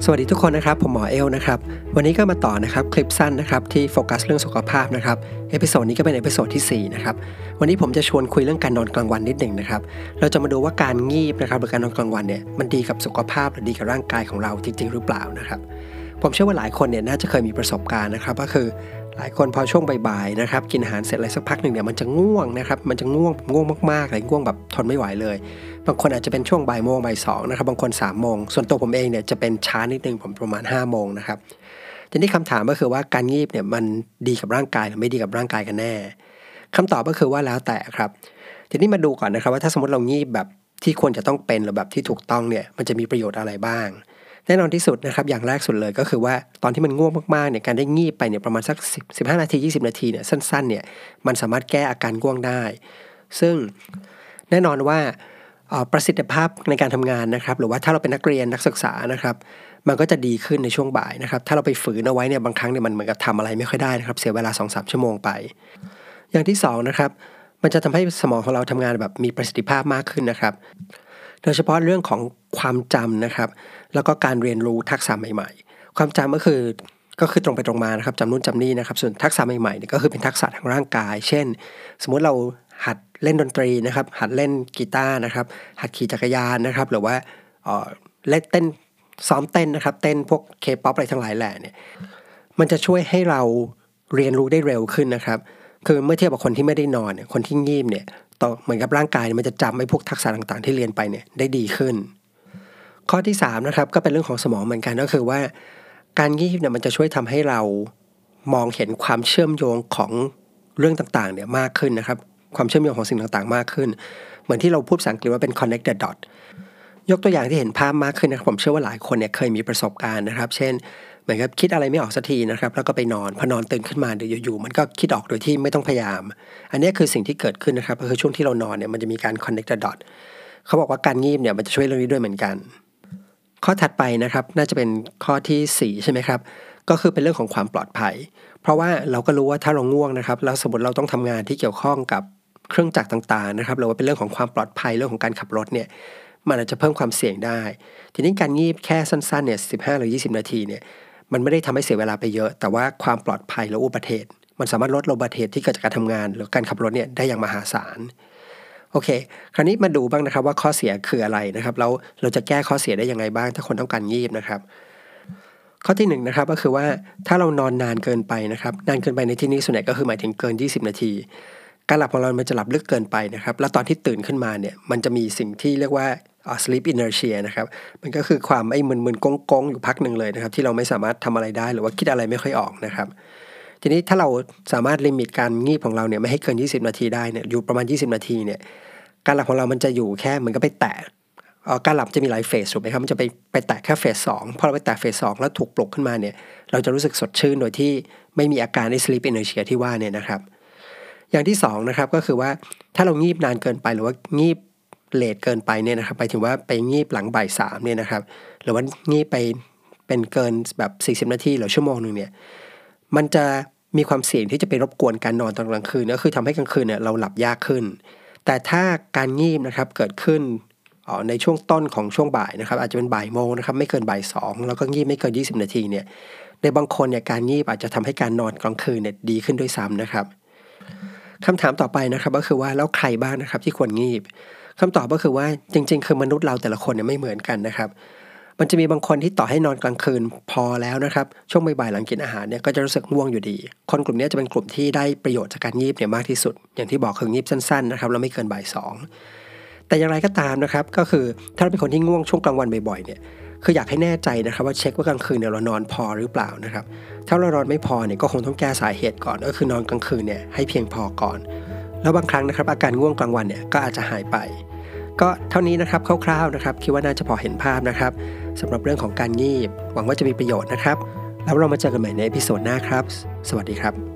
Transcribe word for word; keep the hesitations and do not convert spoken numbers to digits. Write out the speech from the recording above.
สวัสดีทุกคนนะครับผมหมอเอลนะครับวันนี้ก็มาต่อนะครับคลิปสั้นนะครับที่โฟกัสเรื่องสุขภาพนะครับเอพิโซดนี้ก็เป็นเอพิโซดที่สี่นะครับวันนี้ผมจะชวนคุยเรื่องการนอนกลางวันนิดหนึ่งนะครับเราจะมาดูว่าการงีบนะครับหรือการนอนกลางวันเนี่ยมันดีกับสุขภาพหรือดีกับร่างกายของเราจริงๆหรือเปล่านะครับผมเชื่อว่าหลายคนเนี่ยน่าจะเคยมีประสบการณ์นะครับก็คือหลายคนพอช่วงบ่ายๆนะครับกินอาหารเสร็จอะไรสักพักหนึ่งเนี่ยมันจะง่วงนะครับมันจะง่วงง่วงมากๆเลยง่วงแบบทนไม่ไหวเลยบางคนอาจจะเป็นช่วงบ่ายโมงบ่ายสองนะครับบางคนสามโมงส่วนตัวผมเองเนี่ยจะเป็นช้านิดนึงผมประมาณห้าโมงนะครับทีนี้คำถามก็คือว่าการงีบเนี่ยมันดีกับร่างกายหรือไม่ดีกับร่างกายกันแน่คำตอบก็คือว่าแล้วแต่ครับทีนี้มาดูก่อนนะครับว่าถ้าสมมติเรางีบแบบที่ควรจะต้องเป็นหรือแบบที่ถูกต้องเนี่ยมันจะมีประโยชน์อะไรบ้างแน่นอนที่สุดนะครับอย่างแรกสุดเลยก็คือว่าตอนที่มันง่วงมากๆเนี่ยการได้งีบไปเนี่ยประมาณสักสิบ สิบห้านาทียี่สิบนาทีเนี่ยสั้นๆเนี่ยมันสามารถแก้อาการง่วงได้ซึ่งแน่นอนว่าประสิทธิภาพในการทำงานนะครับหรือว่าถ้าเราเป็นนักเรียนนักศึกษานะครับมันก็จะดีขึ้นในช่วงบ่ายนะครับถ้าเราไปฝืนเอาไว้เนี่ยบางครั้งเนี่ยมันเหมือนกับทำอะไรไม่ค่อยได้นะครับเสียเวลา สองถึงสาม ชั่วโมงไปอย่างที่สองนะครับมันจะทำให้สมองของเราทำงานแบบมีประสิทธิภาพมากขึ้นนะครับโดยเฉพาะเรื่องของความจำนะครับแล้วก็การเรียนรู้ทักษะใหม่ๆความจำก็คือก็คือตรงไปตรงมานะครับจำนู่นจำนี่นะครับส่วนทักษะใหม่ๆเนี่ยก็คือเป็นทักษะทางร่างกายเช่นสมมุติเราหัดเล่นดนตรีนะครับหัดเล่นกีตาร์นะครับหัดขี่จักรยานนะครับหรือว่าเอ่อเล่นเต้นซ้อมเต้นนะครับเต้นพวกเคป๊อปอะไรทั้งหลายแหล่เนี่ยมันจะช่วยให้เราเรียนรู้ได้เร็วขึ้นนะครับคือเมื่อเทียบกับคนที่ไม่ได้นอนคนที่งีบเนี่ยต่อเหมือนกับร่างกายมันจะจำไอ้พวกทักษะต่างๆที่เรียนไปเนี่ยได้ดีขึ้นข้อที่สามนะครับก็เป็นเรื่องของสมองเหมือนกันก็คือว่าการงีบเนี่ยมันจะช่วยทำให้เรามองเห็นความเชื่อมโยงของเรื่องต่างๆเนี่ยมากขึ้นนะครับความเชื่อมโยงของสิ่งต่างๆมากขึ้นเหมือนที่เราพูดภาษาอังกฤษว่าเป็น connect the dot ยกตัวอย่างที่เห็นภาพมากขึ้นนะครับผมเชื่อว่าหลายคนเนี่ยเคยมีประสบการณ์นะครับเช่นเหมือนกับคิดอะไรไม่ออกสักทีนะครับแล้วก็ไปนอนพอนอนตื่นขึ้นมาเดี๋ยวอยู่ๆมันก็คิดออกโดยที่ไม่ต้องพยายามอันนี้คือสิ่งที่เกิดขึ้นนะครับก็คือช่วงที่เรานอนเนี่ยมันจะมีการ connect the dot เขาบอกว่าการงีบเนี่ยมันจะช่วยเรื่องนี้ด้วยเหมือนกันข้อถัดไปนะครับน่าจะเป็นข้อที่สี่ใช่ไหมครับก็คือเป็นเรื่องของความปลอดภัยเพราะว่าเราก็รู้ว่าถ้าเราง่วงนะครับแล้วสมมติเราต้องทำงานที่เกี่ยวข้องกับเครื่องจักรต่างๆนะครับหรือว่าเป็นเรื่องของความปลอดภัยเรื่องของการขับรถเนี่ยมันอาจจะเพิ่มความเสี่ยงได้ทีนี้การงีบแค่สั้นๆเนี่ยสิบห้าหรือยี่สิบนาทีเนี่ยมันไม่ได้ทำให้เสียเวลาไปเยอะแต่ว่าความปลอดภัยและอุบัติเหตุมันสามารถลดอุบัติเหตุที่เกิดจากการทำงานหรือการขับรถเนี่ยได้อย่างมหาศาลโอเคคราวนี้มาดูบ้างนะครับว่าข้อเสียคืออะไรนะครับแล้วเราจะแก้ข้อเสียได้ยังไงบ้างถ้าคนต้องการงีบนะครับข้อที่หนึ่งนะครับก็คือว่าถ้าเรานอนนานเกินไปนะครับนานเกินไปในที่นี้ส่วนใหญ่ก็คือหมายถึงเกินยี่สิบนาทีการหลับของเรามันจะหลับลึกเกินไปนะครับแล้วตอนที่ตื่นขึ้นมาเนี่ยมันจะมีสิ่งที่เรียกว่า uh, sleep inertia นะครับมันก็คือความไอ้มึนๆก้งๆอยู่พักหนึ่งเลยนะครับที่เราไม่สามารถทำอะไรได้หรือว่าคิดอะไรไม่ค่อยออกนะครับทีนี้ถ้าเราสามารถลิมิตการงีบของเราเนี่ยไม่ให้เกินยี่สิบนาทีได้เนี่ยอยู่ประมาณยี่สิบนาทีเนี่ยการหลับของเรามันจะอยู่แค่เหมือนกับไปแตะการหลับจะมีหลายเฟสถูกไหมครับมันจะไปไปแตะแค่เฟสสองพอเราไปแตะเฟสสองแล้วถูกปลุกขึ้นมาเนี่ยเราจะรู้สึกสดชื่นโดยที่ไม่มีอาการไอ้ sleep inertia ที่ว่าเนี่ยนะครับอย่างที่สองนะครับก็คือว่าถ้าเรางีบนานเกินไปหรือว่างีบเลทเกินไปเนี่ยนะครับไปถึงว่าไปงีบหลังบ่ายสามเนี่ยนะครับหรือว่างีบไปเป็นเกินแบบสี่สิบนาทีหรือชั่วโมงนึงเนี่ยมันจะมีความเสี่ยงที่จะไปรบกวนการนอนตอนกลางคืนก็คือทำให้กลางคืนเนี่ยเราหลับยากขึ้นแต่ถ้าการงีบนะครับเกิดขึ้นในช่วงต้นของช่วงบ่ายนะครับอาจจะเป็นบ่ายโมงนะครับไม่เกินบ่ายสองแล้วก็งีบไม่เกินยี่สิบนาทีเนี่ยในบางคนเนี่ยการงีบอาจจะทำให้การนอนกลางคืนเนี่ยดีขึ้นด้วยซ้ำนะครับคำถามต่อไปนะครับก็คือว่าแล้วใครบ้างนะครับที่ควรงีบคำตอบก็คือว่าจริงๆคือมนุษย์เราแต่ละคนเนี่ยไม่เหมือนกันนะครับมันจะมีบางคนที่ต่อให้นอนกลางคืนพอแล้วนะครับช่วงบ่ายๆหลังกินอาหารเนี่ยก็จะรู้สึกง่วงอยู่ดีคนกลุ่มนี้จะเป็นกลุ่มที่ได้ประโยชน์จากการงีบเนี่ยมากที่สุดอย่างที่บอกคืองีบสั้นๆนะครับแล้วไม่เกินบ่ายสองแต่อย่างไรก็ตามนะครับก็คือถ้าเราเป็นคนที่ง่วงช่วงกลางวันบ่อยๆเนี่ยคืออยากให้แน่ใจนะครับว่าเช็คว่ากลางคืนเนี่ยเรานอนพอหรือเปล่านะครับถ้าเรานอนไม่พอเนี่ยก็คงต้องแก้สาเหตุก่อนก็คือนอนกลางคืนเนี่ยให้เพียงพอก่อนแล้วบางครั้งนะครับอาการง่วงกลางวันเนี่ยก็อาจจะหายไปก็เท่านี้นะครับคร่าวๆนะครับคิดว่าน่าจะพอเห็นภาพนะครับสำหรับเรื่องของการงีบหวังว่าจะมีประโยชน์นะครับแล้วเรามาเจอกันใหม่ในเอพิโซดหน้าครับสวัสดีครับ